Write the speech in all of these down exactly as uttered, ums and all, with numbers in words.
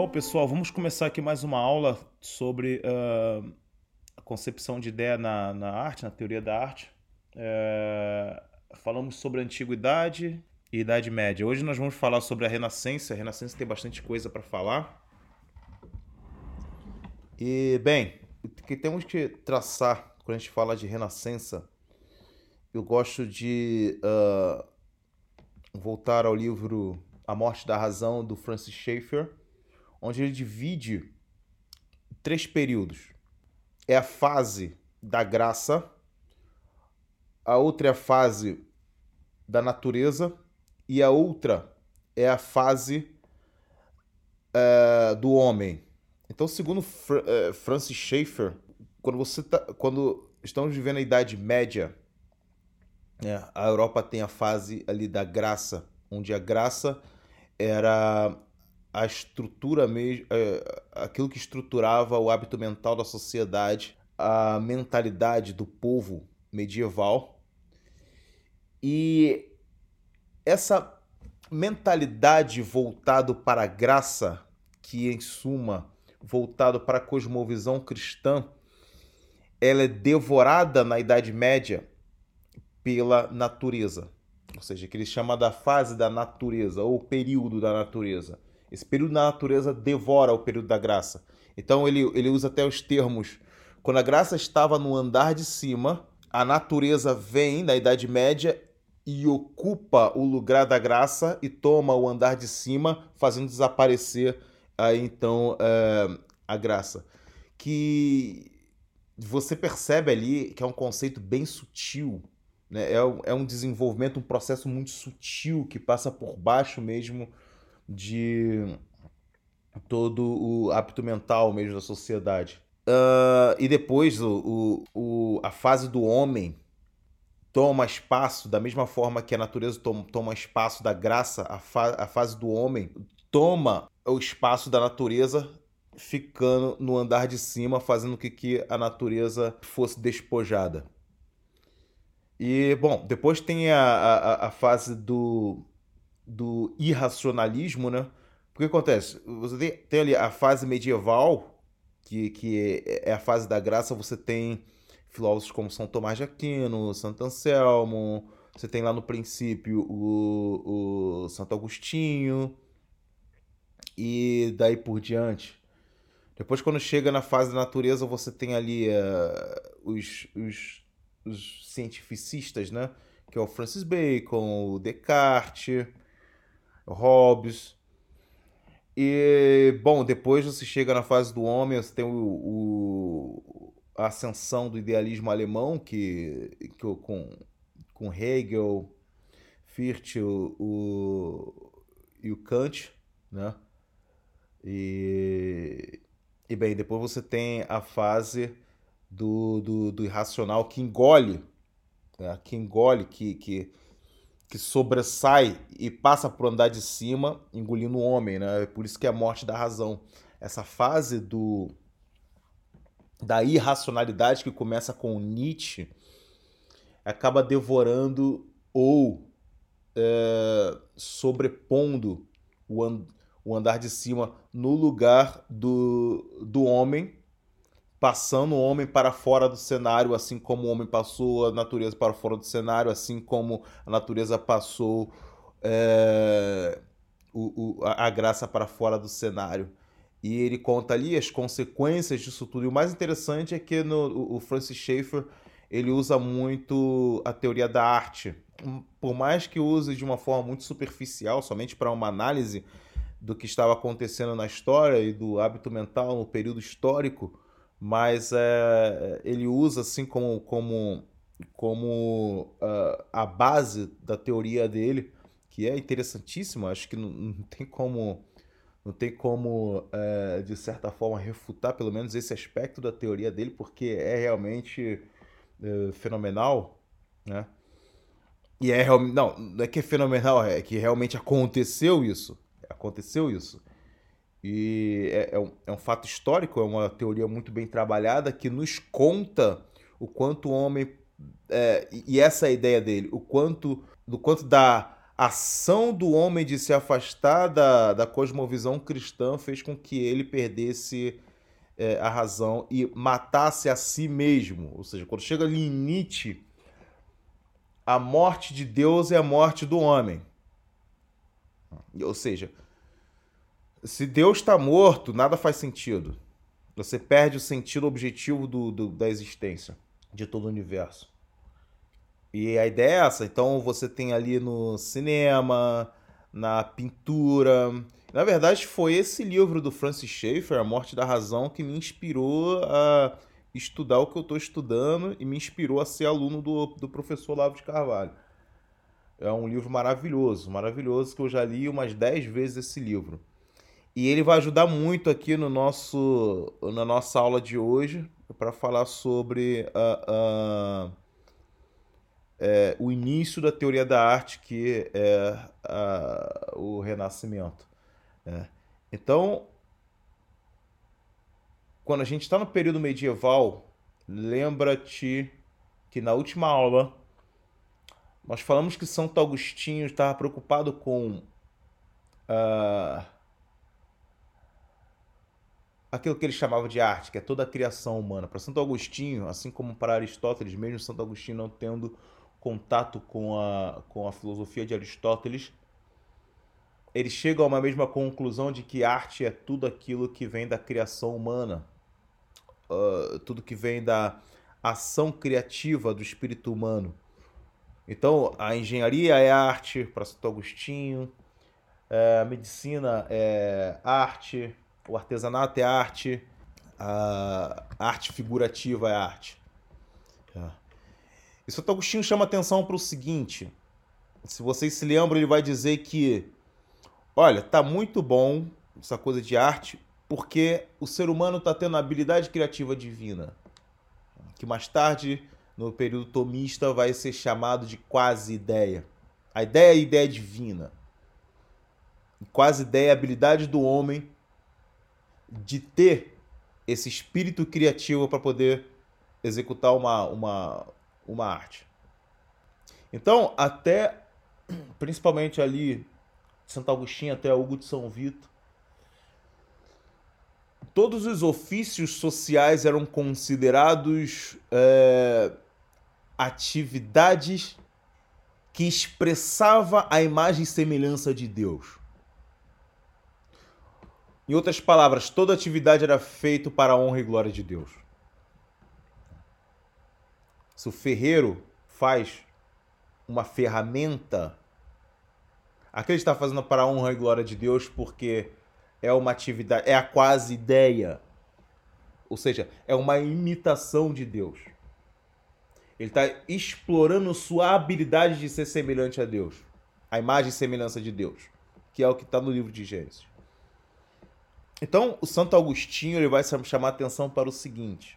Bom, pessoal, vamos começar aqui mais uma aula sobre uh, a concepção de ideia na, na arte, na teoria da arte. É, falamos sobre a Antiguidade e Idade Média. Hoje nós vamos falar sobre a Renascença. A Renascença tem bastante coisa para falar. E, bem, o que temos que traçar quando a gente fala de Renascença, eu gosto de uh, voltar ao livro A Morte da Razão, do Francis Schaeffer, onde ele divide três períodos. É a fase da graça, a outra é a fase da natureza e a outra é a fase uh, do homem. Então, segundo Fr- uh, Francis Schaeffer, quando, você tá, quando estamos vivendo a Idade Média, né, a Europa tem a fase ali da graça, onde a graça era a estrutura mesmo, aquilo que estruturava o hábito mental da sociedade, a mentalidade do povo medieval. E essa mentalidade voltado para a graça, que em suma voltado para a cosmovisão cristã, ela é devorada na Idade Média pela natureza, ou seja, que ele chama da fase da natureza ou período da natureza. Esse período da natureza devora o período da graça. Então ele, ele usa até os termos. Quando a graça estava no andar de cima, a natureza vem na Idade Média e ocupa o lugar da graça e toma o andar de cima, fazendo desaparecer aí então é, a graça. Que você percebe ali que é um conceito bem sutil, né? É, um- é um desenvolvimento, um processo muito sutil que passa por baixo mesmo de todo o hábito mental mesmo da sociedade. Ah, e depois o, o, o- a fase do homem toma espaço, da mesma forma que a natureza toma, toma espaço da graça, a, fa a fase do homem toma o espaço da natureza, ficando no andar de cima, fazendo com que a natureza fosse despojada. E, bom, depois tem a, a, a fase do, do irracionalismo, né? Porque acontece? Você tem, tem ali a fase medieval, que, que é a fase da graça, você tem filósofos como São Tomás de Aquino, Santo Anselmo, você tem lá no princípio o, o Santo Agostinho, e daí por diante. Depois, quando chega na fase da natureza, você tem ali uh, os, os, os cientificistas, né? Que é o Francis Bacon, o Descartes, o Hobbes. E, bom, depois você chega na fase do homem, você tem o, o- a ascensão do idealismo alemão, que, que com, com Hegel, Fichte o, o- e o Kant, né? E, e bem, depois você tem a fase do, do, do irracional que engole, né? Que engole, que, que, que sobressai e passa por andar de cima, engolindo o homem, né? Por isso que é a morte da razão. Essa fase do, da irracionalidade que começa com Nietzsche acaba devorando ou é, sobrepondo o, an, o andar de cima no lugar do, do homem, passando o homem para fora do cenário, assim como o homem passou a natureza para fora do cenário, assim como a natureza passou é, o, o, a, a graça para fora do cenário. E ele conta ali as consequências disso tudo. E o mais interessante é que no, o Francis Schaeffer ele usa muito a teoria da arte. Por mais que use de uma forma muito superficial, somente para uma análise do que estava acontecendo na história e do hábito mental no período histórico, mas é, ele usa assim como, como, como uh, a base da teoria dele, que é interessantíssima. Acho que não, não tem como não tem como, é, de certa forma, refutar pelo menos esse aspecto da teoria dele, porque é realmente é, fenomenal, né? E é realmente. Não, não é que é fenomenal, é que realmente aconteceu isso. Aconteceu isso. E é, é, um, é um fato histórico, é uma teoria muito bem trabalhada que nos conta o quanto o homem. É, e essa é a ideia dele, o quanto. Do quanto da ação do homem de se afastar da, da cosmovisão cristã fez com que ele perdesse é, a razão e matasse a si mesmo. Ou seja, quando chega ali em Nietzsche, a morte de Deus é a morte do homem. Ou seja, se Deus está morto, nada faz sentido. Você perde o sentido objetivo do, do, da existência, de todo o universo. E a ideia é essa. Então você tem ali no cinema, na pintura. Na verdade, foi esse livro do Francis Schaeffer, A Morte da Razão, que me inspirou a estudar o que eu estou estudando e me inspirou a ser aluno do, do professor Olavo de Carvalho. É um livro maravilhoso, maravilhoso, que eu já li umas dez vezes esse livro. E ele vai ajudar muito aqui no nosso, na nossa aula de hoje para falar sobre uh, uh, é, o início da teoria da arte, que é uh, o Renascimento. É. Então, quando a gente está no período medieval, lembra-te que na última aula nós falamos que Santo Agostinho estava preocupado com uh, aquilo que ele chamava de arte, que é toda a criação humana. Para Santo Agostinho, assim como para Aristóteles, mesmo Santo Agostinho não tendo contato com a, com a filosofia de Aristóteles, eles chegam a uma mesma conclusão de que arte é tudo aquilo que vem da criação humana, uh, tudo que vem da ação criativa do espírito humano. Então, a engenharia é arte para Santo Agostinho, a medicina é arte, o artesanato é arte, a arte figurativa é arte. E Santo Agostinho chama atenção para o seguinte: se vocês se lembram, ele vai dizer que, olha, tá muito bom essa coisa de arte, porque o ser humano está tendo a habilidade criativa divina, que mais tarde, no período tomista, vai ser chamado de quase-ideia. A ideia é a ideia divina. Quase-ideia é a habilidade do homem de ter esse espírito criativo para poder executar uma, uma, uma arte. Então, até, principalmente ali, Santo Agostinho até Hugo de São Vito, todos os ofícios sociais eram considerados é, atividades que expressavam a imagem e semelhança de Deus. Em outras palavras, toda atividade era feita para a honra e glória de Deus. Se o ferreiro faz uma ferramenta, aquele está fazendo para a honra e glória de Deus porque é uma atividade, é a quase ideia. Ou seja, é uma imitação de Deus. Ele está explorando sua habilidade de ser semelhante a Deus. A imagem e semelhança de Deus. Que é o que está no livro de Gênesis. Então, o Santo Agostinho ele vai chamar a atenção para o seguinte: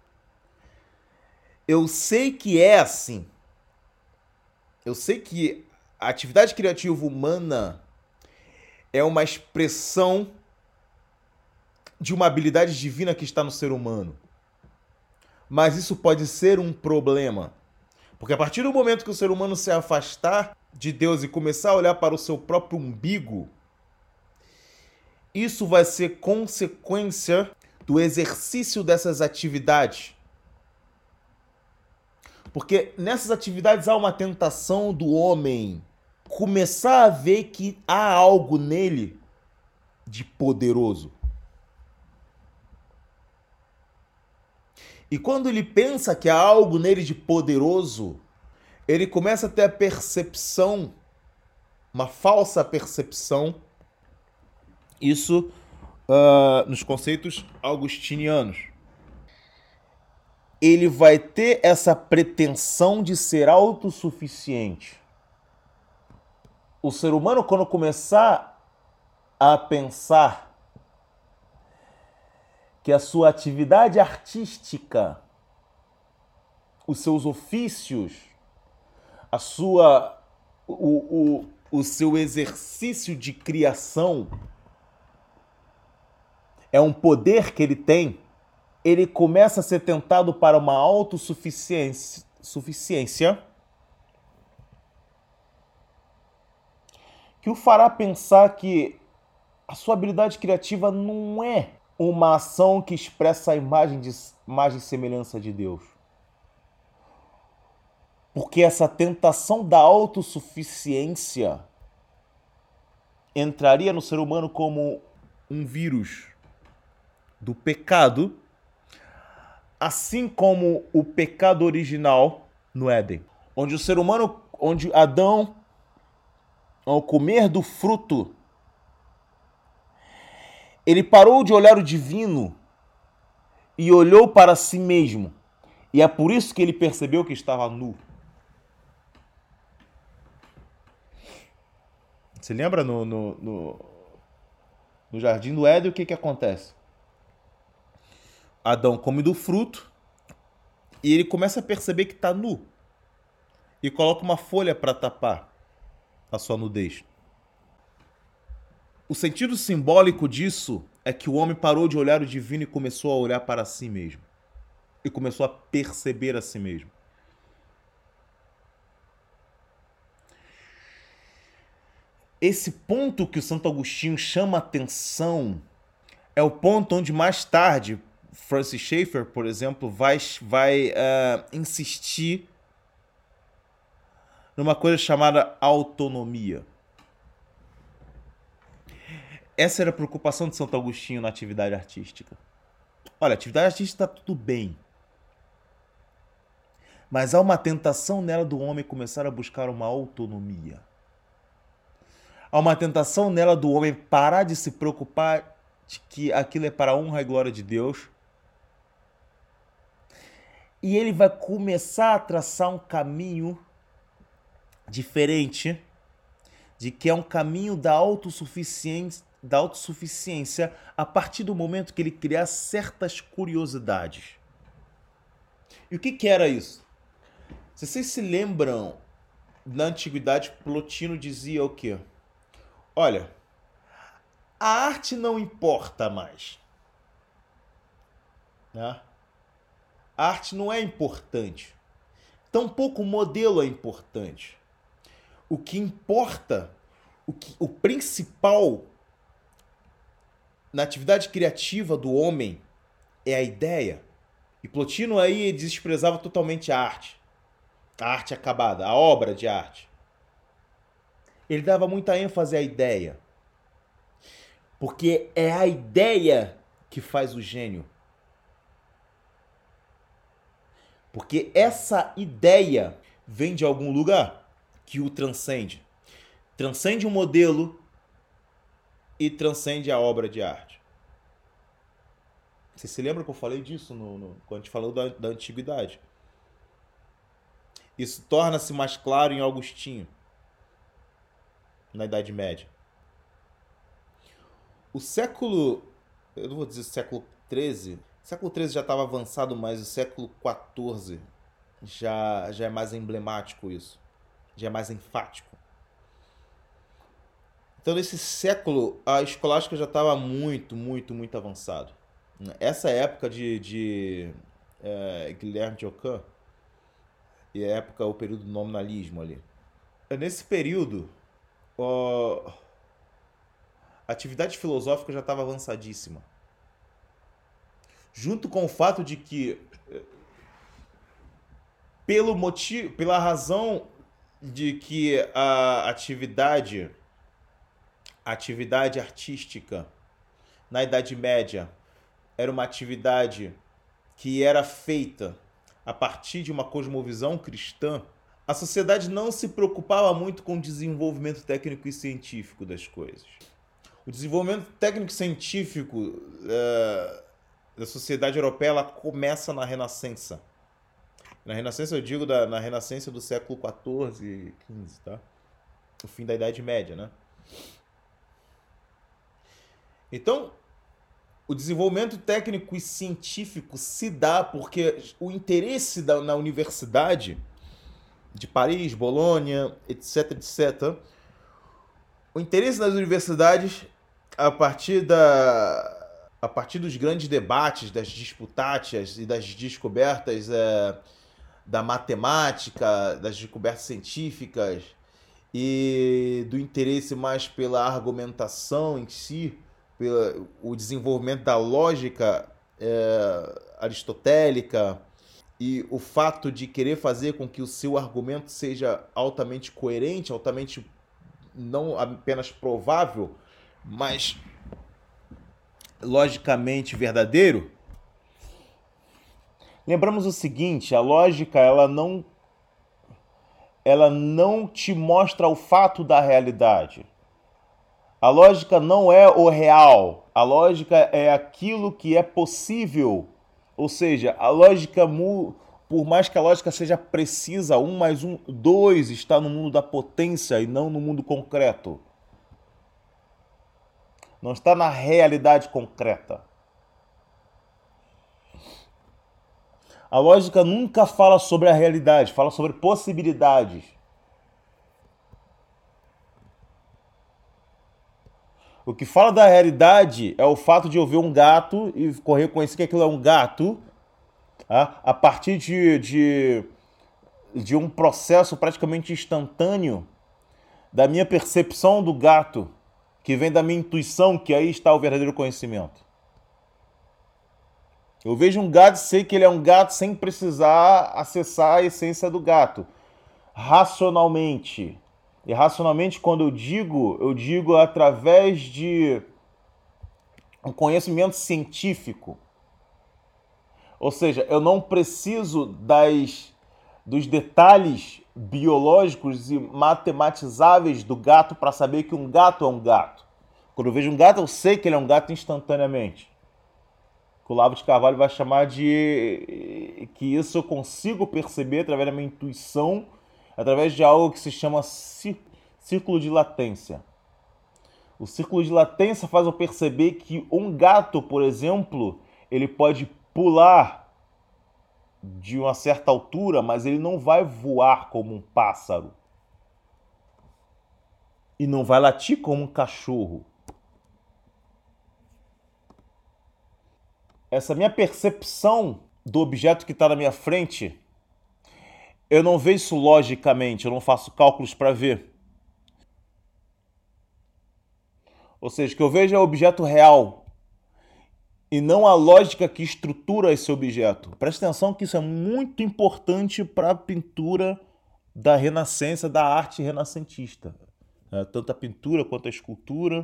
eu sei que é assim. Eu sei que a atividade criativa humana é uma expressão de uma habilidade divina que está no ser humano. Mas isso pode ser um problema. Porque a partir do momento que o ser humano se afastar de Deus e começar a olhar para o seu próprio umbigo, isso vai ser consequência do exercício dessas atividades. Porque nessas atividades há uma tentação do homem começar a ver que há algo nele de poderoso. E quando ele pensa que há algo nele de poderoso, ele começa a ter a percepção, uma falsa percepção, isso uh, nos conceitos augustinianos. Ele vai ter essa pretensão de ser autossuficiente. O ser humano, quando começar a pensar que a sua atividade artística, os seus ofícios, a sua, o, o, o seu exercício de criação é um poder que ele tem, ele começa a ser tentado para uma autossuficiência, suficiência, que o fará pensar que a sua habilidade criativa não é uma ação que expressa a imagem, de, imagem e semelhança de Deus. Porque essa tentação da autossuficiência entraria no ser humano como um vírus do pecado, assim como o pecado original no Éden, onde o ser humano, onde Adão, ao comer do fruto, ele parou de olhar o divino e olhou para si mesmo. E é por isso que ele percebeu que estava nu. Você lembra no, no, no, no jardim do Éden o que, que acontece? Adão come do fruto e ele começa a perceber que está nu. E coloca uma folha para tapar a sua nudez. O sentido simbólico disso é que o homem parou de olhar o divino e começou a olhar para si mesmo. E começou a perceber a si mesmo. Esse ponto que o Santo Agostinho chama atenção é o ponto onde mais tarde Francis Schaeffer, por exemplo, vai, vai uh, insistir numa coisa chamada autonomia. Essa era a preocupação de Santo Agostinho na atividade artística. Olha, a atividade artística está tudo bem. Mas há uma tentação nela do homem começar a buscar uma autonomia. Há uma tentação nela do homem parar de se preocupar de que aquilo é para a honra e glória de Deus. E ele vai começar a traçar um caminho diferente, de que é um caminho da autossuficiência, da autossuficiência a partir do momento que ele criar certas curiosidades. E o que, que era isso? Se vocês se lembram, na antiguidade, Plotino dizia o quê? Olha, a arte não importa mais. Né? A arte não é importante. Tampouco o modelo é importante. O que importa, o, que, o principal na atividade criativa do homem é a ideia. E Plotino aí desprezava totalmente a arte. A arte acabada, a obra de arte. Ele dava muita ênfase à ideia. Porque é a ideia que faz o gênio. Porque essa ideia vem de algum lugar que o transcende. Transcende o modelo e transcende a obra de arte. Você se lembra que eu falei disso no, no, quando a gente falou da, da antiguidade? Isso torna-se mais claro em Agostinho, na Idade Média. O século, eu não vou dizer século treze, século treze já estava avançado, mas o século quatorze já, já é mais emblemático isso, já é mais enfático. Então, nesse século, a escolástica já estava muito, muito, muito avançada. Essa época de, de é, Guilherme de Ockham, e a época, o período do nominalismo ali. Nesse período, ó, a atividade filosófica já estava avançadíssima. Junto com o fato de que, pelo motivo, pela razão de que a atividade, a atividade artística na Idade Média era uma atividade que era feita a partir de uma cosmovisão cristã, a sociedade não se preocupava muito com o desenvolvimento técnico e científico das coisas. O desenvolvimento técnico e científico uh, da sociedade europeia ela começa na Renascença. Na Renascença, eu digo da, na Renascença do século quatorze e quinze, tá? O fim da Idade Média, né? Então, o desenvolvimento técnico e científico se dá porque o interesse da, na universidade de Paris, Bolonha, etc, etcétera, o interesse nas universidades a partir, da, a partir dos grandes debates, das disputátias e das descobertas é, da matemática, das descobertas científicas e do interesse mais pela argumentação em si, pelo o desenvolvimento da lógica é, aristotélica e o fato de querer fazer com que o seu argumento seja altamente coerente, altamente não apenas provável, mas logicamente verdadeiro. Lembramos o seguinte, a lógica ela não ela não te mostra o fato da realidade. A lógica não é o real. A lógica é aquilo que é possível. Ou seja, a lógica, por mais que a lógica seja precisa, um mais um, dois, está no mundo da potência e não no mundo concreto. Não está na realidade concreta. A lógica nunca fala sobre a realidade, fala sobre possibilidades. O que fala da realidade é o fato de eu ver um gato e reconhecer que aquilo é um gato, tá? A partir de, de, de um processo praticamente instantâneo da minha percepção do gato, que vem da minha intuição, que aí está o verdadeiro conhecimento. Eu vejo um gato e sei que ele é um gato sem precisar acessar a essência do gato. Racionalmente. E racionalmente, quando eu digo, eu digo através de um conhecimento científico. Ou seja, eu não preciso das, dos detalhes biológicos e matematizáveis do gato para saber que um gato é um gato. Quando eu vejo um gato, eu sei que ele é um gato instantaneamente. O Olavo de Carvalho vai chamar de que isso eu consigo perceber através da minha intuição, através de algo que se chama círculo de latência. O círculo de latência faz eu perceber que um gato, por exemplo, ele pode pular de uma certa altura, mas ele não vai voar como um pássaro. E não vai latir como um cachorro. Essa minha percepção do objeto que está na minha frente, eu não vejo isso logicamente, eu não faço cálculos para ver. Ou seja, que eu vejo é o objeto real e não a lógica que estrutura esse objeto. Preste atenção que isso é muito importante para a pintura da Renascença, da arte renascentista. É, tanto a pintura quanto a escultura.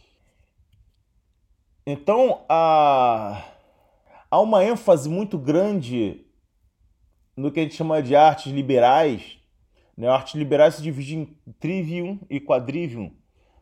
Então, a... há uma ênfase muito grande no que a gente chama de artes liberais. Né? A arte liberal se divide em trivium e quadrivium.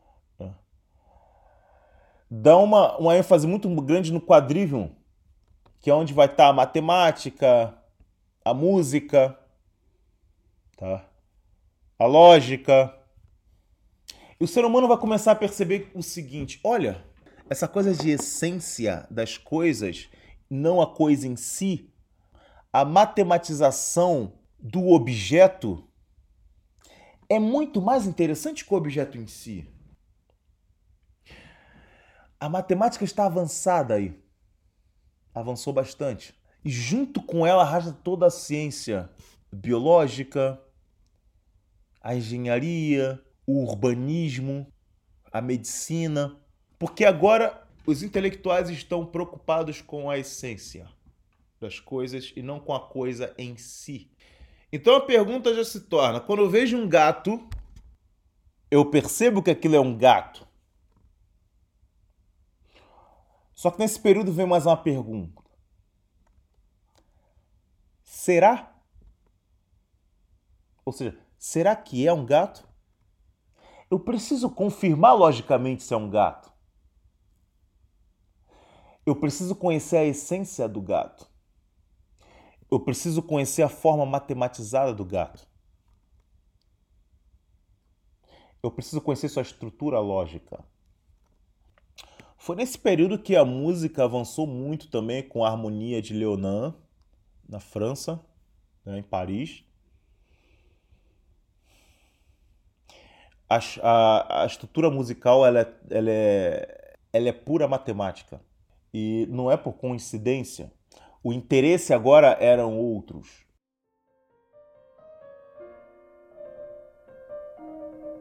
Dá uma, uma ênfase muito grande no quadrivium, que é onde vai estar a matemática, a música, tá? A lógica. E o ser humano vai começar a perceber o seguinte, olha, essa coisa de essência das coisas, não a coisa em si, a matematização do objeto é muito mais interessante que o objeto em si. A matemática está avançada aí. Avançou bastante. E junto com ela arrasta toda a ciência biológica, a engenharia, o urbanismo, a medicina. Porque agora os intelectuais estão preocupados com a essência das coisas e não com a coisa em si. Então a pergunta já se torna, quando eu vejo um gato, eu percebo que aquilo é um gato. Só que nesse período vem mais uma pergunta. Será? Ou seja, será que é um gato? Eu preciso confirmar logicamente se é um gato. Eu preciso conhecer a essência do gato. Eu preciso conhecer a forma matematizada do gato. Eu preciso conhecer sua estrutura lógica. Foi nesse período que a música avançou muito também com a harmonia de Leonin, na França, né, em Paris. A, a, a estrutura musical ela é, ela, é, ela é pura matemática. E não é por coincidência. O interesse agora eram outros.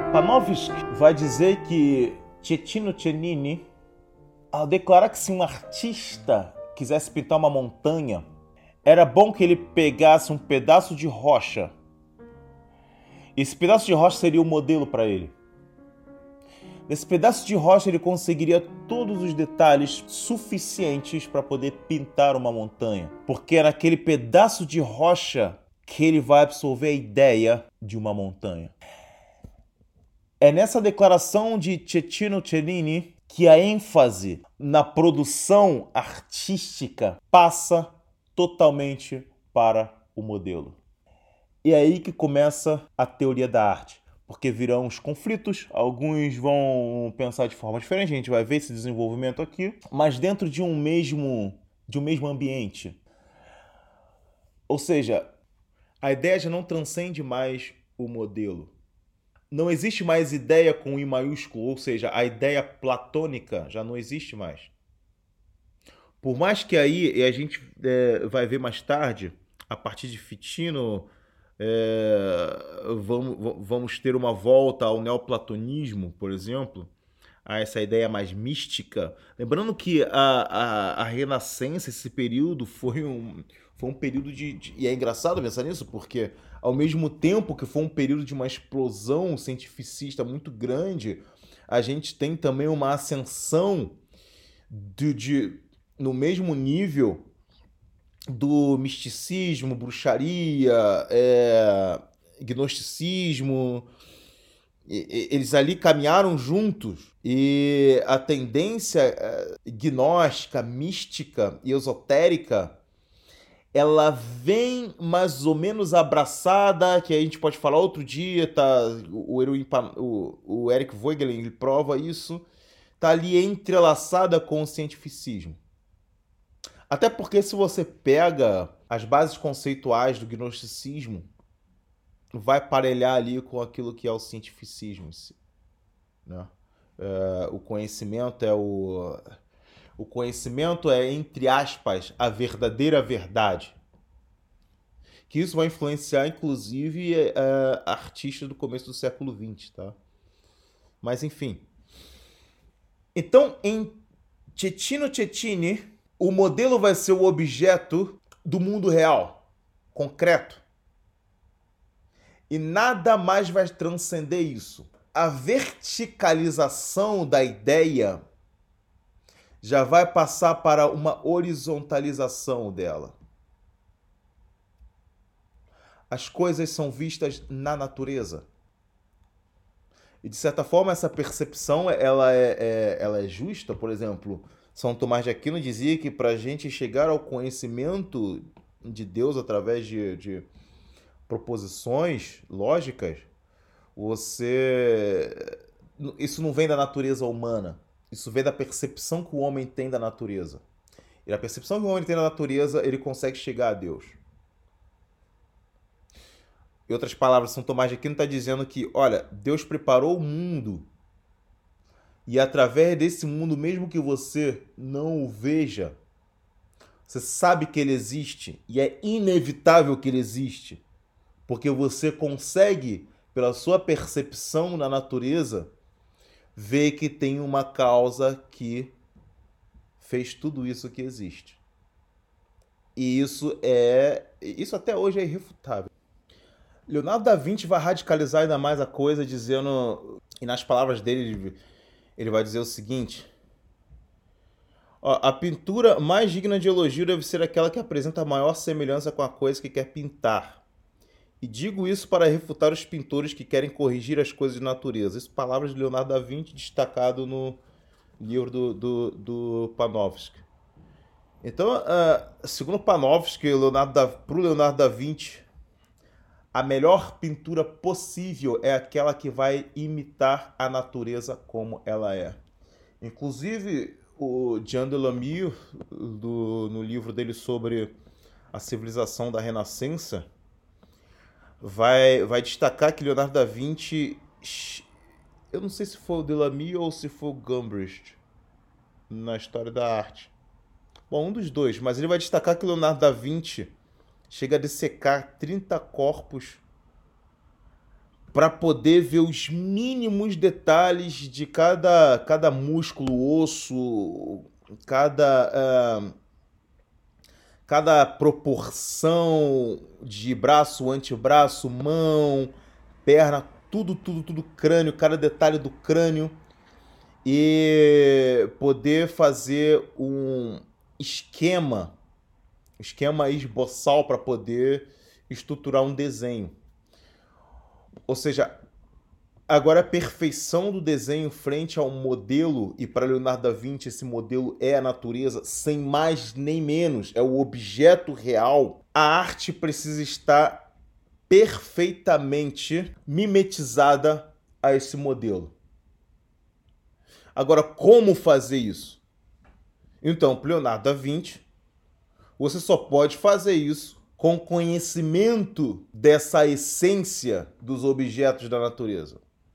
Panofsky vai dizer que Cecchino Cennini, ao declarar que se um artista quisesse pintar uma montanha, era bom que ele pegasse um pedaço de rocha. Esse pedaço de rocha seria o modelo para ele. Nesse pedaço de rocha ele conseguiria todos os detalhes suficientes para poder pintar uma montanha, porque é naquele pedaço de rocha que ele vai absorver a ideia de uma montanha. É nessa declaração de Cecchino Cennini que a ênfase na produção artística passa totalmente para o modelo. E é aí que começa a teoria da arte, porque virão os conflitos, alguns vão pensar de forma diferente, a gente vai ver esse desenvolvimento aqui, mas dentro de um mesmo, de um mesmo ambiente. Ou seja, a ideia já não transcende mais o modelo. Não existe mais ideia com I maiúsculo, ou seja, a ideia platônica já não existe mais. Por mais que aí, e a gente é, vai ver mais tarde, a partir de Fitino, é, vamos, vamos ter uma volta ao neoplatonismo, por exemplo, a essa ideia mais mística. Lembrando que a, a, a Renascença, esse período, foi um, foi um período de, de... E é engraçado pensar nisso, porque ao mesmo tempo que foi um período de uma explosão cientificista muito grande, a gente tem também uma ascensão de, de, no mesmo nível do misticismo, bruxaria, é, gnosticismo. Eles ali caminharam juntos e a tendência gnóstica, mística e esotérica, ela vem mais ou menos abraçada, que a gente pode falar outro dia, tá? O, o, o Eric Voegelin ele prova isso, tá ali entrelaçada com o cientificismo. Até porque se você pega as bases conceituais do gnosticismo, vai parelhar ali com aquilo que é o cientificismo, né? É, o conhecimento é o... O conhecimento é, entre aspas, a verdadeira verdade. Que isso vai influenciar, inclusive, uh, artistas do começo do século vinte, tá? Mas, enfim. Então, em Cecchino Cennini, o modelo vai ser o objeto do mundo real, concreto. E nada mais vai transcender isso. A verticalização da ideia já vai passar para uma horizontalização dela. As coisas são vistas na natureza. E, de certa forma, essa percepção ela é, é, ela é justa. Por exemplo, São Tomás de Aquino dizia que para a gente chegar ao conhecimento de Deus através de, de proposições lógicas, você... isso não vem da natureza humana. Isso vem da percepção que o homem tem da natureza. E a percepção que o homem tem da natureza, ele consegue chegar a Deus. Em outras palavras, São Tomás de Aquino está dizendo que, olha, Deus preparou o mundo. E através desse mundo, mesmo que você não o veja, você sabe que ele existe. E é inevitável que ele existe. Porque você consegue, pela sua percepção na natureza, vê que tem uma causa que fez tudo isso que existe. E isso é... Isso até hoje é irrefutável. Leonardo da Vinci vai radicalizar ainda mais a coisa, dizendo... E nas palavras dele, ele vai dizer o seguinte... Ó, a pintura mais digna de elogio deve ser aquela que apresenta a maior semelhança com a coisa que quer pintar. E digo isso para refutar os pintores que querem corrigir as coisas de natureza. Isso, palavras de Leonardo da Vinci, destacado no livro do, do, do Panofsky. Então, uh, segundo Panofsky, para o Leonardo da Vinci, a melhor pintura possível é aquela que vai imitar a natureza como ela é. Inclusive, o Jean Delamure, do, no livro dele sobre a civilização da Renascença, vai, vai destacar que Leonardo da Vinci... Eu não sei se foi o Delamure ou se foi o Gombrich na história da arte. Bom, um dos dois, mas ele vai destacar que Leonardo da Vinci chega a dissecar trinta corpos para poder ver os mínimos detalhes de cada, cada músculo, osso, cada, uh, cada proporção de braço, antebraço, mão, perna, tudo, tudo, tudo, crânio, cada detalhe do crânio, e poder fazer um esquema, esquema esboçal para poder estruturar um desenho. Ou seja, agora a perfeição do desenho frente ao modelo, e para Leonardo da Vinci esse modelo é a natureza, sem mais nem menos, é o objeto real. A arte precisa estar perfeitamente mimetizada a esse modelo. Agora, como fazer isso? Então, para Leonardo da Vinci, você só pode fazer isso com conhecimento dessa essência dos objetos da natureza.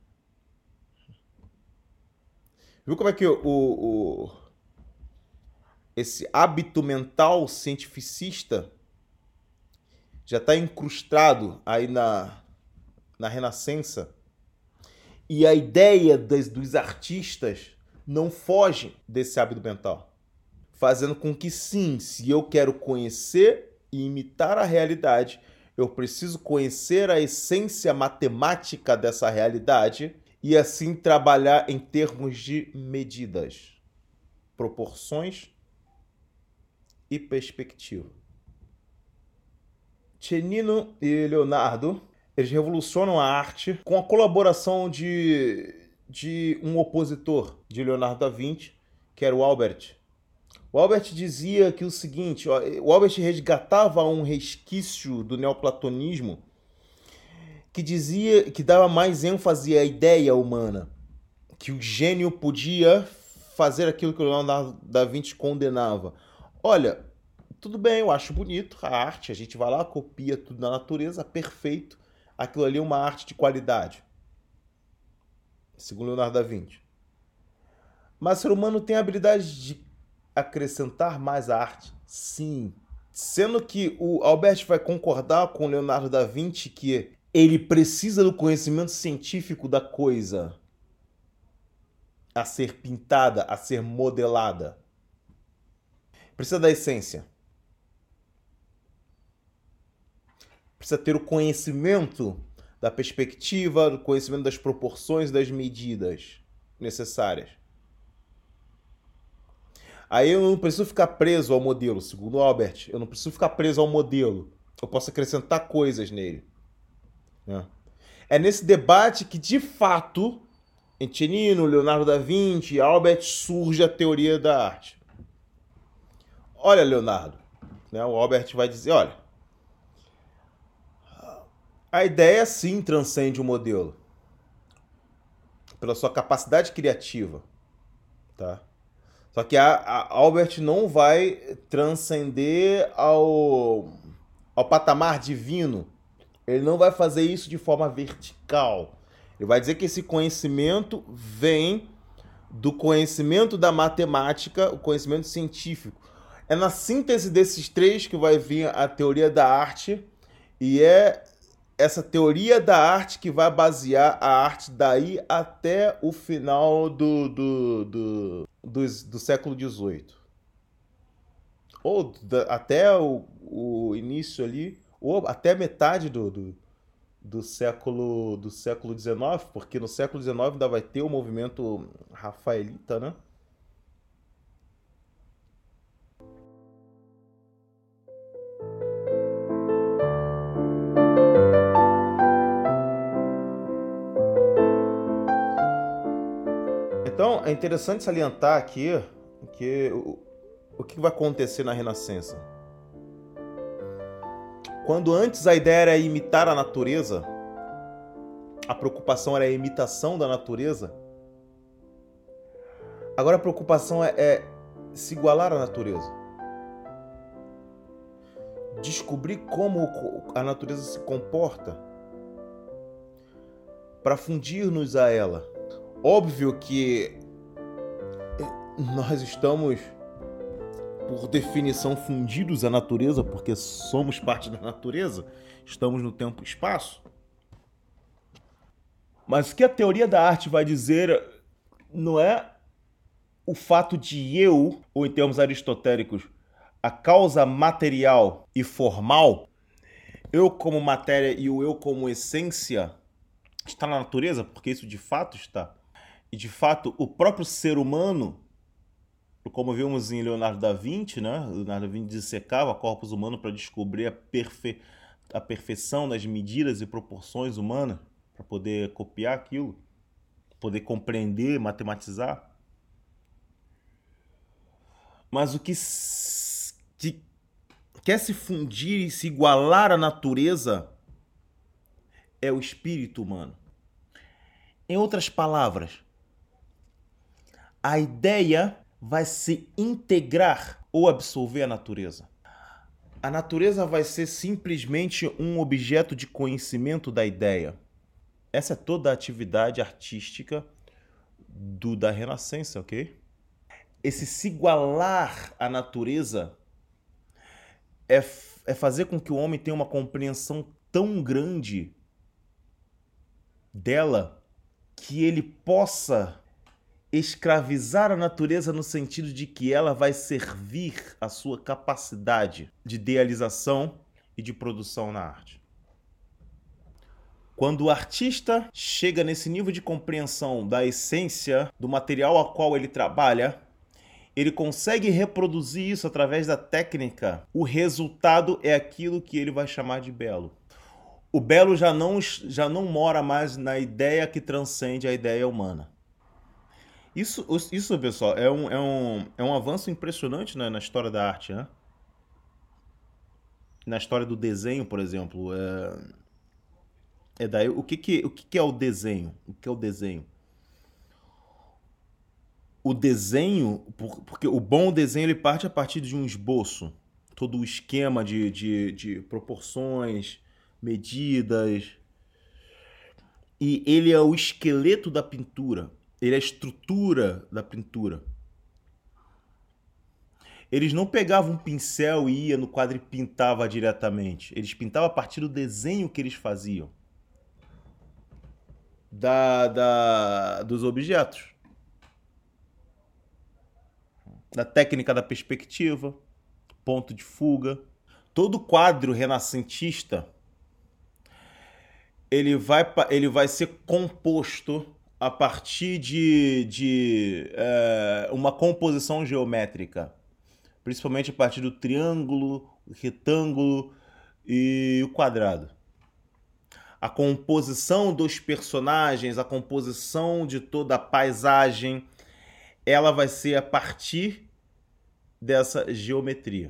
Viu como é que o, o, esse hábito mental cientificista já está incrustado aí na, na Renascença? E a ideia das, dos artistas não foge desse hábito mental, fazendo com que sim, se eu quero conhecer e imitar a realidade, eu preciso conhecer a essência matemática dessa realidade e assim trabalhar em termos de medidas, proporções e perspectiva. Cennino e Leonardo, eles revolucionam a arte com a colaboração de, de um opositor de Leonardo da Vinci, que era o Albert. O Albert dizia que o seguinte, ó, o Albert resgatava um resquício do neoplatonismo que dizia que dava mais ênfase à ideia humana, que o gênio podia fazer aquilo que o Leonardo da Vinci condenava. Olha, tudo bem, eu acho bonito a arte, a gente vai lá, copia tudo da natureza, perfeito, aquilo ali é uma arte de qualidade, segundo Leonardo da Vinci. Mas o ser humano tem a habilidade de acrescentar mais à arte? Sim. Sendo que o Albert vai concordar com Leonardo da Vinci que ele precisa do conhecimento científico da coisa a ser pintada, a ser modelada. Precisa da essência. Precisa ter o conhecimento da perspectiva, do conhecimento das proporções, das medidas necessárias. Aí eu não preciso ficar preso ao modelo, segundo o Albert. Eu não preciso ficar preso ao modelo. Eu posso acrescentar coisas nele. É nesse debate que, de fato, em Cennino, Leonardo da Vinci, Albert, surge a teoria da arte. Olha, Leonardo, né, o Albert vai dizer, olha, a ideia sim transcende o modelo pela sua capacidade criativa, tá? Só que a, a Albert não vai transcender ao, ao patamar divino. Ele não vai fazer isso de forma vertical. Ele vai dizer que esse conhecimento vem do conhecimento da matemática, o conhecimento científico. É na síntese desses três que vai vir a teoria da arte, e é essa teoria da arte que vai basear a arte daí até o final do, do, do, do, do século dezoito. Ou da, até o, o início ali, ou até metade do, do, do, século, do século dezenove, porque no século dezenove ainda vai ter o movimento rafaelita, né? Então, é interessante salientar aqui que o, o que vai acontecer na Renascença. Quando antes a ideia era imitar a natureza, a preocupação era a imitação da natureza, agora a preocupação é, é se igualar à natureza. Descobrir como a natureza se comporta para fundir-nos a ela. Óbvio que nós estamos, por definição, fundidos à natureza, porque somos parte da natureza, estamos no tempo e espaço. Mas o que a teoria da arte vai dizer não é o fato de eu, ou em termos aristotélicos, a causa material e formal, eu como matéria e o eu como essência, está na natureza, porque isso de fato está. E de fato, o próprio ser humano, como vimos em Leonardo da Vinci, né? Leonardo da Vinci dissecava corpos humanos para descobrir a, perfe... a perfeição das medidas e proporções humanas, para poder copiar aquilo, poder compreender, matematizar. Mas o que, que quer se fundir e se igualar à natureza é o espírito humano. Em outras palavras, a ideia vai se integrar ou absorver a natureza. A natureza vai ser simplesmente um objeto de conhecimento da ideia. Essa é toda a atividade artística do, da Renascença, ok? Esse se igualar à natureza é, é fazer com que o homem tenha uma compreensão tão grande dela que ele possa escravizar a natureza no sentido de que ela vai servir à sua capacidade de idealização e de produção na arte. Quando o artista chega nesse nível de compreensão da essência do material ao qual ele trabalha, ele consegue reproduzir isso através da técnica. O resultado é aquilo que ele vai chamar de belo. O belo já não, já não mora mais na ideia que transcende a ideia humana. Isso, isso pessoal, é um, é, um, é um avanço impressionante, né, na história da arte, né? Na história do desenho, por exemplo. É, é daí, o que, que, o que, que é o desenho? O que é o desenho? O desenho, porque o bom desenho ele parte a partir de um esboço. Todo o esquema de, de, de proporções, medidas. E ele é o esqueleto da pintura. Ele é a estrutura da pintura. Eles não pegavam um pincel e iam no quadro e pintavam diretamente. Eles pintavam a partir do desenho que eles faziam. Da, da, dos objetos. Da técnica da perspectiva. Ponto de fuga. Todo quadro renascentista ele vai, ele vai ser composto a partir de, de é, uma composição geométrica, principalmente a partir do triângulo, retângulo e o quadrado. A composição dos personagens, a composição de toda a paisagem, ela vai ser a partir dessa geometria.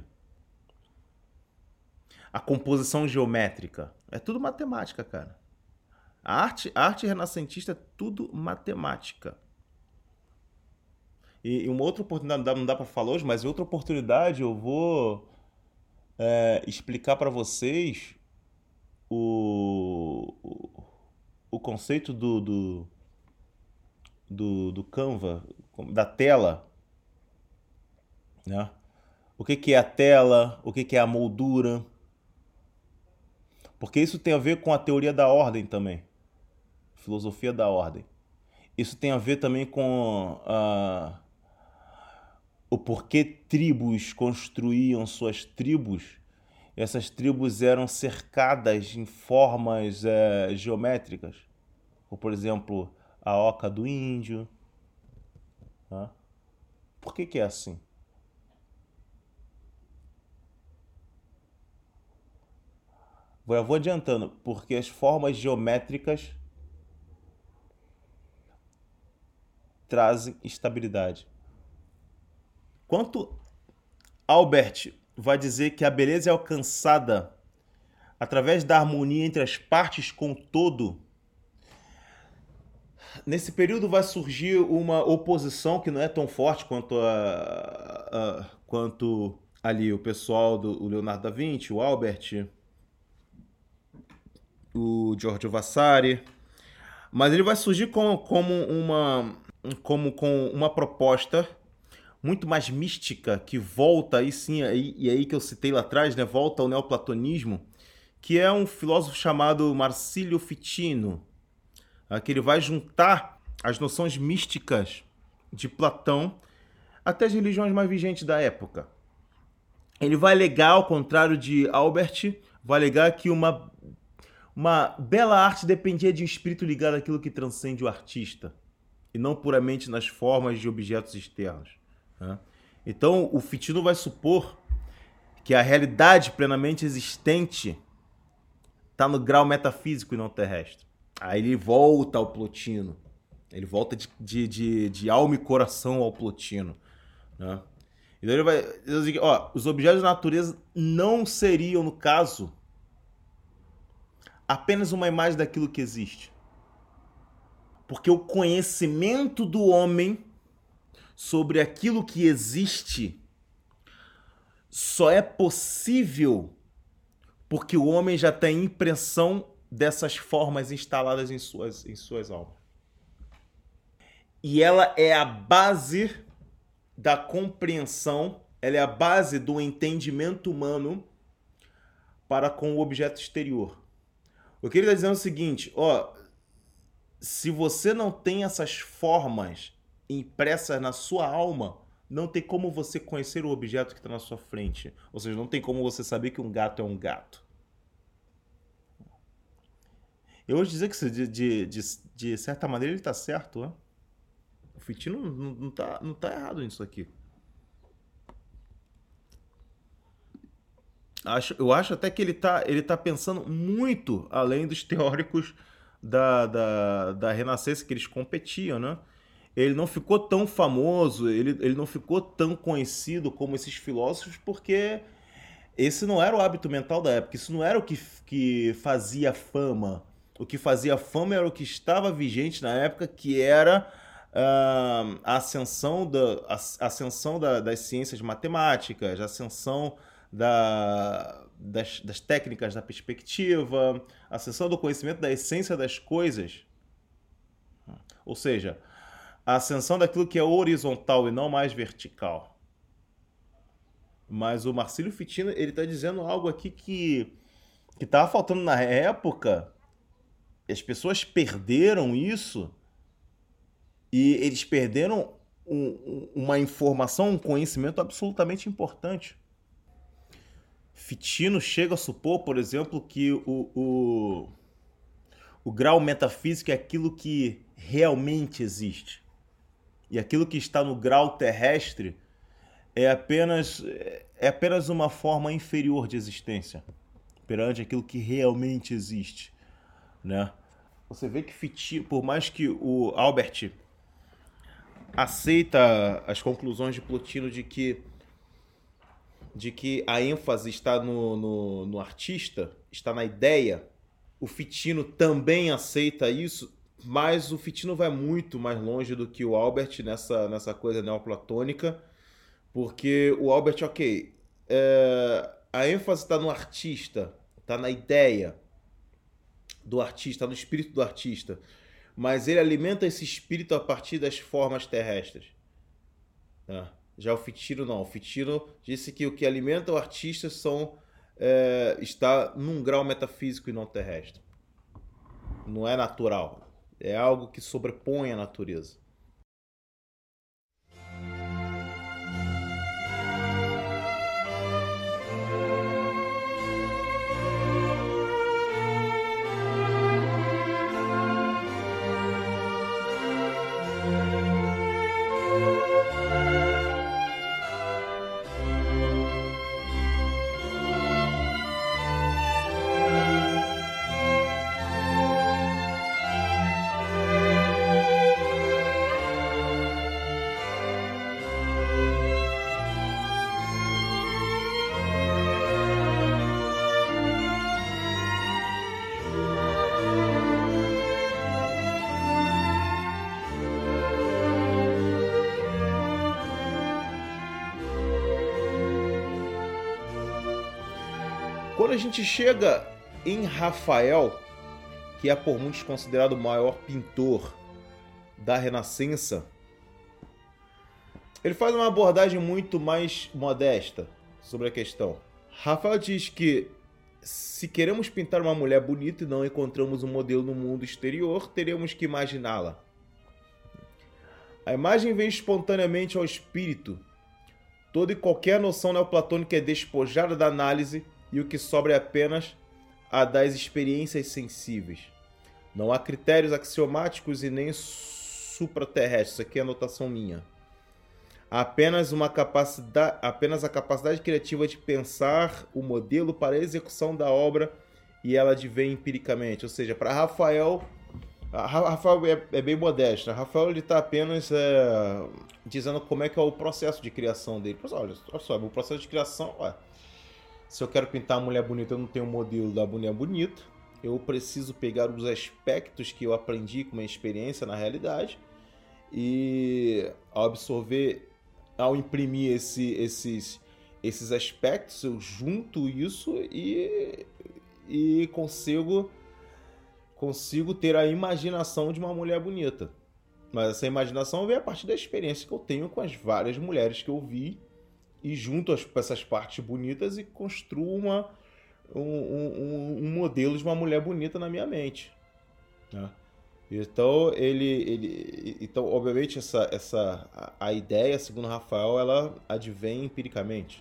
A composição geométrica. É tudo matemática, cara. A arte, a arte renascentista é tudo matemática. E, e uma outra oportunidade, não dá, não dá para falar hoje, mas em outra oportunidade eu vou é, explicar para vocês o, o, o conceito do, do, do, do Canva, da tela. Né? O que, que é a tela, o que, que é a moldura. Porque isso tem a ver com a teoria da ordem também. Filosofia da ordem. Isso tem a ver também com uh, o porquê tribos construíam suas tribos. Essas tribos eram cercadas em formas uh, geométricas. Como, por exemplo, a oca do índio. Né? Por que que é assim? Eu vou adiantando, porque as formas geométricas trazem estabilidade. Quanto Albert vai dizer que a beleza é alcançada através da harmonia entre as partes com o todo, nesse período vai surgir uma oposição que não é tão forte quanto, a, a, quanto ali o pessoal do o Leonardo da Vinci, o Albert, o Giorgio Vasari, mas ele vai surgir como, como, uma, como com uma proposta muito mais mística, que volta aí sim, aí, e aí que eu citei lá atrás, né, volta ao neoplatonismo, que é um filósofo chamado Marsilio Ficino. que ele vai juntar as noções místicas de Platão até as religiões mais vigentes da época. Ele vai alegar, ao contrário de Albert, vai alegar que uma, uma bela arte dependia de um espírito ligado àquilo que transcende o artista, e não puramente nas formas de objetos externos. Né? Então, o Fitino vai supor que a realidade plenamente existente está no grau metafísico e não terrestre. Aí ele volta ao Plotino. Ele volta de, de, de, de alma e coração ao Plotino. Né? Então ele vai dizer, ó, os objetos da natureza não seriam, no caso, apenas uma imagem daquilo que existe. Porque o conhecimento do homem sobre aquilo que existe só é possível porque o homem já tem impressão dessas formas instaladas em suas, em suas almas. E ela é a base da compreensão, ela é a base do entendimento humano para com o objeto exterior. O que ele está dizendo é o seguinte, ó, se você não tem essas formas impressas na sua alma, não tem como você conhecer o objeto que está na sua frente. Ou seja, não tem como você saber que um gato é um gato. Eu vou dizer que de, de, de, de certa maneira ele está certo. Né? O Fitino não está não tá errado nisso aqui. Acho, eu acho até que ele está ele tá pensando muito além dos teóricos da, da, da Renascença que eles competiam, né? Ele não ficou tão famoso, ele, ele não ficou tão conhecido como esses filósofos, porque esse não era o hábito mental da época, isso não era o que, que fazia fama. O que fazia fama era o que estava vigente na época, que era uh, a ascensão, da, a ascensão da, das ciências matemáticas, a ascensão da, das, das técnicas da perspectiva, a ascensão do conhecimento da essência das coisas. Ou seja, a ascensão daquilo que é horizontal e não mais vertical. Mas o Marcílio Fitino, ele está dizendo algo aqui que que estava faltando na época. As pessoas perderam isso e eles perderam um, um, uma informação, um conhecimento absolutamente importante. Fitino chega a supor, por exemplo, que o, o, o grau metafísico é aquilo que realmente existe. E aquilo que está no grau terrestre é apenas, é apenas uma forma inferior de existência perante aquilo que realmente existe, né? Você vê que Fitino, por mais que o Albert aceita as conclusões de Plotino de que, de que a ênfase está no, no, no artista, está na ideia, o Fitino também aceita isso. Mas o Fitino vai muito mais longe do que o Albert nessa, nessa coisa neoplatônica, porque o Albert, ok, é, a ênfase está no artista, está na ideia do artista, no espírito do artista, mas ele alimenta esse espírito a partir das formas terrestres. É. Já o Fitino não, o Fitino disse que o que alimenta o artista são, é, está num grau metafísico e não terrestre. Não é natural. É algo que sobrepõe a natureza. Quando a gente chega em Rafael, que é por muitos considerado o maior pintor da Renascença, ele faz uma abordagem muito mais modesta sobre a questão. Rafael diz que se queremos pintar uma mulher bonita e não encontramos um modelo no mundo exterior, teremos que imaginá-la. A imagem vem espontaneamente ao espírito. Toda e qualquer noção neoplatônica é despojada da análise e o que sobra é apenas a das experiências sensíveis. Não há critérios axiomáticos e nem supraterrestres. Isso aqui é anotação minha. Há apenas, uma capacidade, apenas a capacidade criativa de pensar o modelo para a execução da obra e ela advém empiricamente. Ou seja, para Rafael, Rafael é, é bem modesto. Rafael está apenas é, dizendo como é que é o processo de criação dele. Olha, olha só, o processo de criação, olha, se eu quero pintar uma mulher bonita, eu não tenho um modelo da mulher bonita. Eu preciso pegar os aspectos que eu aprendi com minha experiência na realidade e ao absorver, ao imprimir esse, esses, esses aspectos, eu junto isso e, e consigo, consigo ter a imaginação de uma mulher bonita. Mas essa imaginação vem a partir da experiência que eu tenho com as várias mulheres que eu vi e junto as, essas partes bonitas e construo uma, um, um, um modelo de uma mulher bonita na minha mente. Né? Então, ele, ele, então, obviamente, essa, essa, a, a ideia, segundo Rafael, ela advém empiricamente.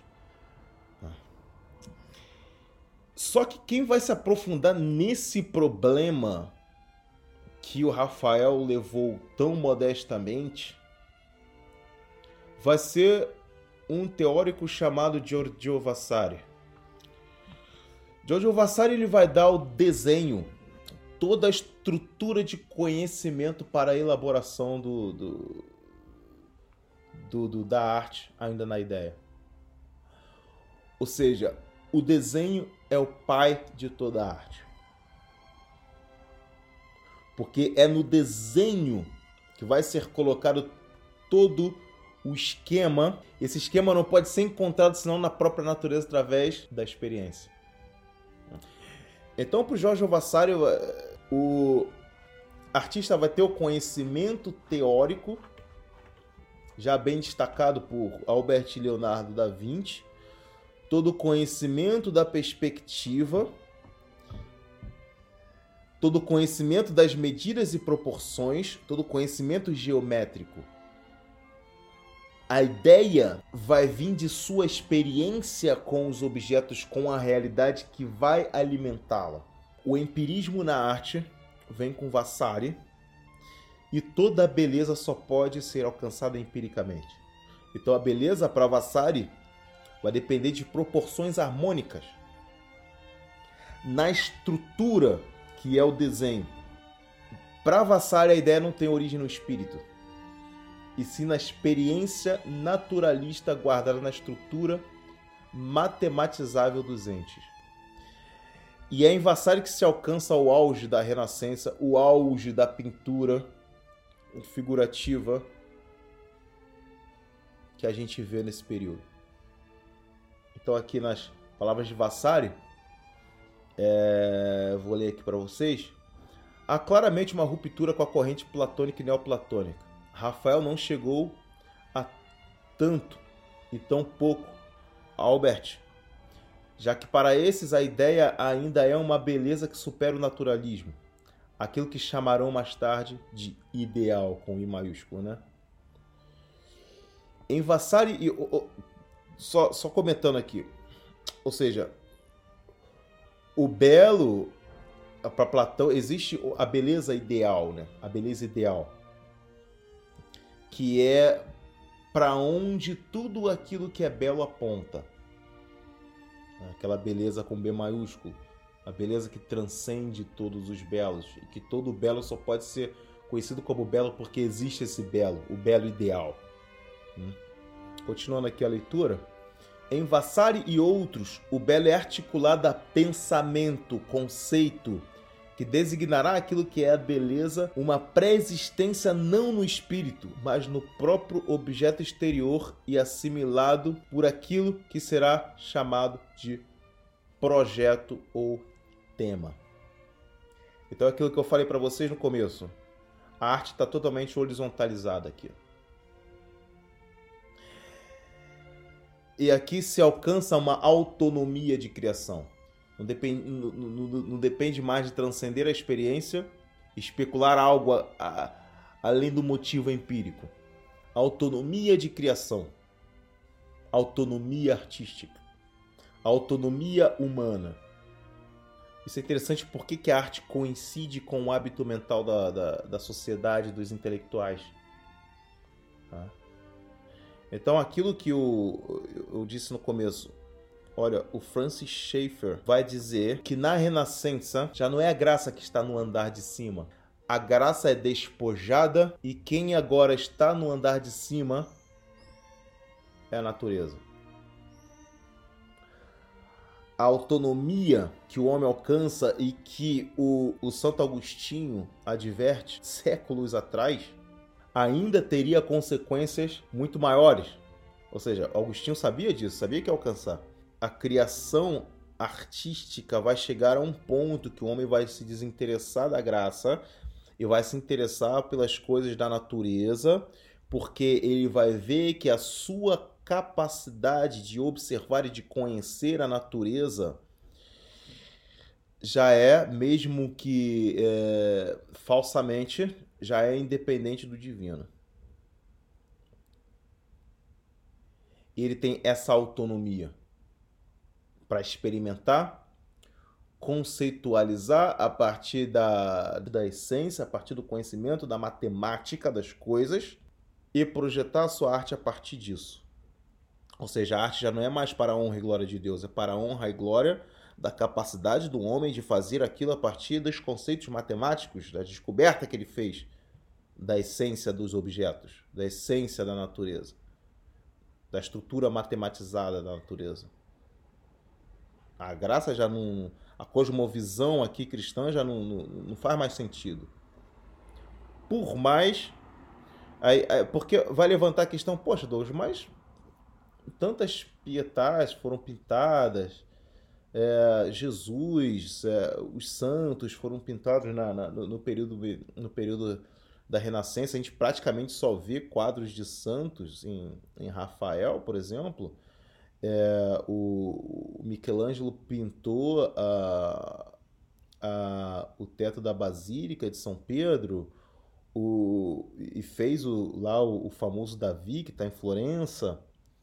Só que quem vai se aprofundar nesse problema que o Rafael levou tão modestamente vai ser um teórico chamado Giorgio Vasari. Giorgio Vasari ele vai dar o desenho, toda a estrutura de conhecimento para a elaboração do, do, do, do, da arte ainda na ideia. Ou seja, o desenho é o pai de toda a arte. Porque é no desenho que vai ser colocado todo o esquema. Esse esquema não pode ser encontrado senão na própria natureza através da experiência. Então, para o Giorgio Vasari, o artista vai ter o conhecimento teórico, já bem destacado por Albert Leonardo da Vinci, todo o conhecimento da perspectiva, todo o conhecimento das medidas e proporções, todo o conhecimento geométrico. A ideia vai vir de sua experiência com os objetos, com a realidade que vai alimentá-la. O empirismo na arte vem com Vasari e toda a beleza só pode ser alcançada empiricamente. Então a beleza para Vasari vai depender de proporções harmônicas na estrutura que é o desenho. Para Vasari a ideia não tem origem no espírito, e sim na experiência naturalista guardada na estrutura matematizável dos entes. E é em Vasari que se alcança o auge da Renascença, o auge da pintura figurativa que a gente vê nesse período. Então aqui nas palavras de Vasari, é... vou ler aqui para vocês, há claramente uma ruptura com a corrente platônica e neoplatônica. Rafael não chegou a tanto e tão pouco a Albert, já que para esses a ideia ainda é uma beleza que supera o naturalismo, aquilo que chamarão mais tarde de ideal, com I maiúsculo, né? Em Vasari, e, oh, oh, só, só comentando aqui, ou seja, o belo, para Platão, existe a beleza ideal, né? A beleza ideal, que é para onde tudo aquilo que é belo aponta. Aquela beleza com B maiúsculo, a beleza que transcende todos os belos, e que todo belo só pode ser conhecido como belo porque existe esse belo, o belo ideal. Continuando aqui a leitura, em Vasari e outros, o belo é articulado a pensamento, conceito, que designará aquilo que é a beleza, uma pré-existência não no espírito, mas no próprio objeto exterior e assimilado por aquilo que será chamado de projeto ou tema. Então é aquilo que eu falei para vocês no começo. A arte está totalmente horizontalizada aqui. E aqui se alcança uma autonomia de criação. Não depende, não, não, não depende mais de transcender a experiência, especular algo a, a, além do motivo empírico. Autonomia de criação, autonomia artística, autonomia humana. Isso é interessante porque que a arte coincide com o hábito mental da, da, da sociedade, dos intelectuais. Tá? Então, aquilo que eu, eu disse no começo, olha, o Francis Schaeffer vai dizer que na Renascença já não é a graça que está no andar de cima. A graça é despojada e quem agora está no andar de cima é a natureza. A autonomia que o homem alcança e que o, o Santo Agostinho adverte séculos atrás, ainda teria consequências muito maiores. Ou seja, Agostinho sabia disso, sabia que ia alcançar. A criação artística vai chegar a um ponto que o homem vai se desinteressar da graça e vai se interessar pelas coisas da natureza, porque ele vai ver que a sua capacidade de observar e de conhecer a natureza já é, mesmo que é, falsamente, já é independente do divino. Ele tem essa autonomia para experimentar, conceitualizar a partir da, da essência, a partir do conhecimento, da matemática das coisas e projetar a sua arte a partir disso. Ou seja, a arte já não é mais para a honra e glória de Deus, é para a honra e glória da capacidade do homem de fazer aquilo a partir dos conceitos matemáticos, da descoberta que ele fez da essência dos objetos, da essência da natureza, da estrutura matematizada da natureza. A graça já não... A cosmovisão aqui cristã já não, não, não faz mais sentido. Por mais... Aí, aí, porque vai levantar a questão, poxa, Douglas, mas tantas pietas foram pintadas, é, Jesus, é, os santos foram pintados na, na, no, no, período, no período da Renascença. A gente praticamente só vê quadros de santos em, em Rafael, por exemplo. É, o, o Michelangelo pintou a, a, o teto da Basílica de São Pedro o, e fez o, lá o, o famoso Davi, que está em Florença,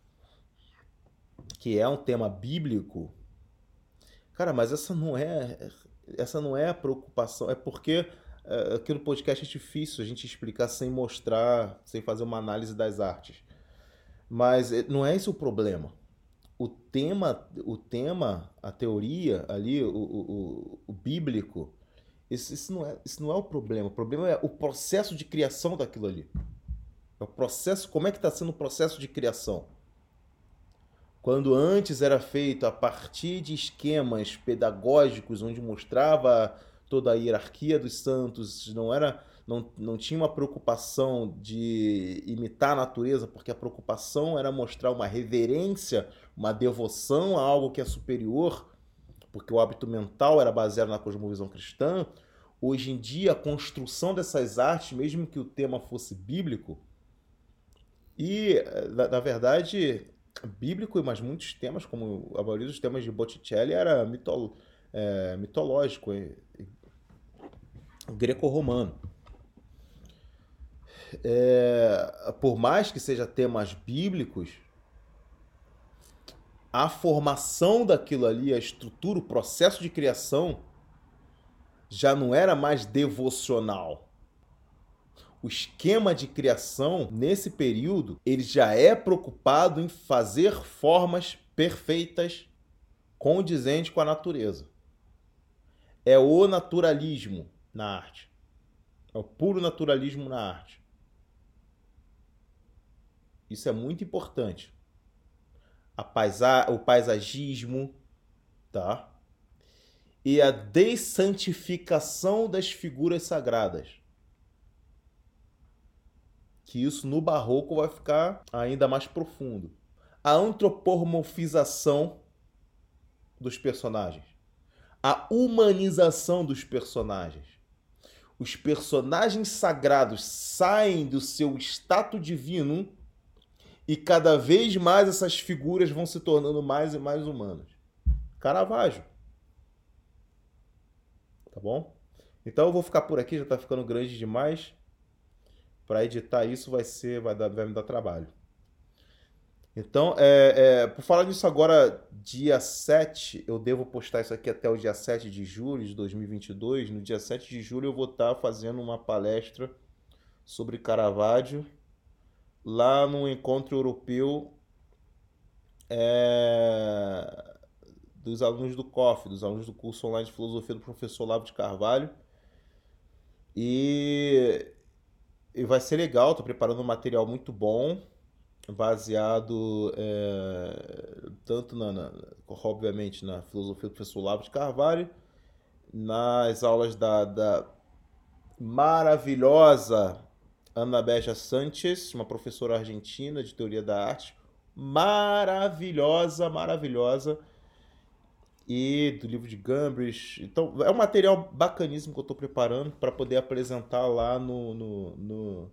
que é um tema bíblico. Cara, mas essa não é, essa não é a preocupação. É porque é, aqui no podcast é difícil a gente explicar sem mostrar, sem fazer uma análise das artes. Mas não é esse o problema. O tema, o tema, a teoria ali, o, o, o bíblico, isso, isso, não é, isso não é o problema. O problema é o processo de criação daquilo ali. É o processo, como é que está sendo o processo de criação? Quando antes era feito a partir de esquemas pedagógicos, onde mostrava toda a hierarquia dos santos, não era, não, não tinha uma preocupação de imitar a natureza, porque a preocupação era mostrar uma reverência, uma devoção a algo que é superior, porque o hábito mental era baseado na cosmovisão cristã. Hoje em dia, a construção dessas artes, mesmo que o tema fosse bíblico, e, na, na verdade, bíblico, mas muitos temas, como a maioria dos temas de Botticelli, era mitolo, é, mitológico, é, greco-romano. É, por mais que seja temas bíblicos, a formação daquilo ali, a estrutura, o processo de criação já não era mais devocional. O esquema de criação, nesse período, ele já é preocupado em fazer formas perfeitas, condizentes com a natureza. É o naturalismo na arte. É o puro naturalismo na arte. Isso é muito importante. A paisa... O paisagismo, tá? E a dessantificação das figuras sagradas. Que isso no barroco vai ficar ainda mais profundo. A antropomorfização dos personagens. A humanização dos personagens. Os personagens sagrados saem do seu status divino e cada vez mais essas figuras vão se tornando mais e mais humanas. Caravaggio. tá bom? Então eu vou ficar por aqui, já tá ficando grande demais. Para editar isso vai ser, vai dar, vai me dar trabalho. Então, é, é, por falar nisso agora, dia sete, eu devo postar isso aqui até o dia sete de julho de dois mil e vinte e dois. No dia sete de julho eu vou estar fazendo uma palestra sobre Caravaggio lá no encontro europeu é, dos alunos do C O F, dos alunos do curso online de filosofia do professor Olavo de Carvalho. E, e vai ser legal, estou preparando um material muito bom, baseado é, tanto na, na, obviamente, na filosofia do professor Olavo de Carvalho, nas aulas da, da maravilhosa Ana Beja Sanchez, uma professora argentina de teoria da arte, maravilhosa, maravilhosa, e do livro de Gambridge. Então, é um material bacaníssimo que eu estou preparando para poder apresentar lá no, no, no,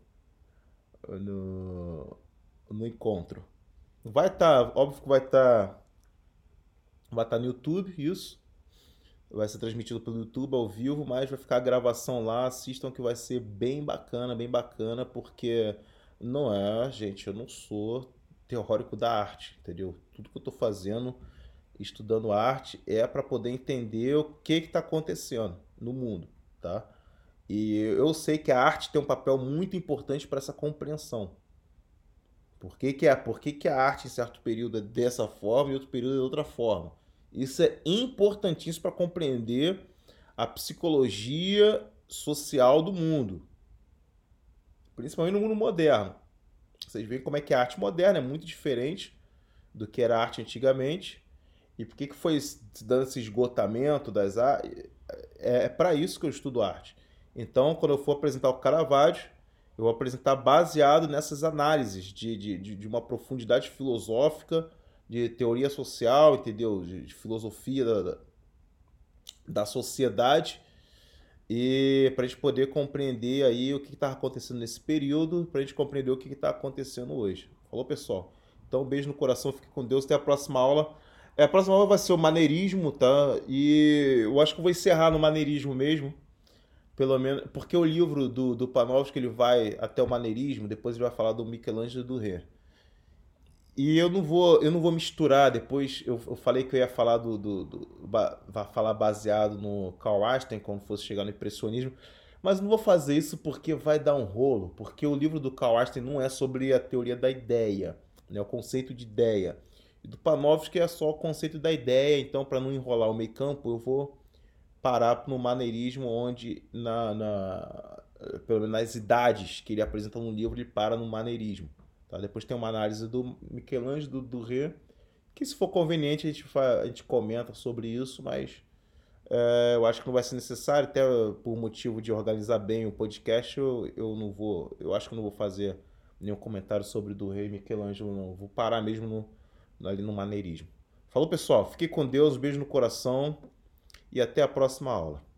no, no encontro. Vai estar, óbvio que vai estar, vai estar no YouTube, isso. Vai ser transmitido pelo YouTube ao vivo, mas vai ficar a gravação lá. Assistam que vai ser bem bacana, bem bacana, porque não é, gente, eu não sou teórico da arte, entendeu? Tudo que eu estou fazendo, estudando arte, é para poder entender o que está acontecendo no mundo, tá? E eu sei que a arte tem um papel muito importante para essa compreensão. Por que, que, é, por que, que a arte em certo período é dessa forma e outro período é de outra forma? Isso é importantíssimo para compreender a psicologia social do mundo, principalmente no mundo moderno. Vocês veem como é que a arte moderna é muito diferente do que era a arte antigamente. E por que, que foi dando esse esgotamento das artes? É, é para isso que eu estudo arte. Então, quando eu for apresentar o Caravaggio, eu vou apresentar baseado nessas análises de, de, de uma profundidade filosófica, de teoria social, entendeu? De, de filosofia da, da sociedade, e para a gente poder compreender aí o que está acontecendo nesse período, para a gente compreender o que está acontecendo hoje. Falou, pessoal? Então, um beijo no coração, fique com Deus, até a próxima aula. É, a próxima aula vai ser o maneirismo, tá? E eu acho que eu vou encerrar no maneirismo mesmo. Pelo menos, porque o livro do, do Panofsky ele vai até o maneirismo, depois ele vai falar do Michelangelo do Rê. E eu não vou, eu não vou misturar. Depois eu, eu falei que eu ia falar do, do, do ba, vai falar baseado no Karl Einstein quando fosse chegar no impressionismo, mas não vou fazer isso porque vai dar um rolo, porque o livro do Karl Einstein não é sobre a teoria da ideia, né, o conceito de ideia. E do Panofsky é só o conceito da ideia, então para não enrolar o meio campo, eu vou parar no maneirismo onde na, na pelo menos nas idades que ele apresenta no livro, ele para no maneirismo. Tá? Depois tem uma análise do Michelangelo, do, do Rê, que se for conveniente a gente, fa, a gente comenta sobre isso, mas é, eu acho que não vai ser necessário, até por motivo de organizar bem o podcast, eu, eu não vou, eu acho que eu não vou fazer nenhum comentário sobre do Rê e Michelangelo, não. Vou parar mesmo no, ali no maneirismo. Falou, pessoal, fique com Deus, beijo no coração e até a próxima aula.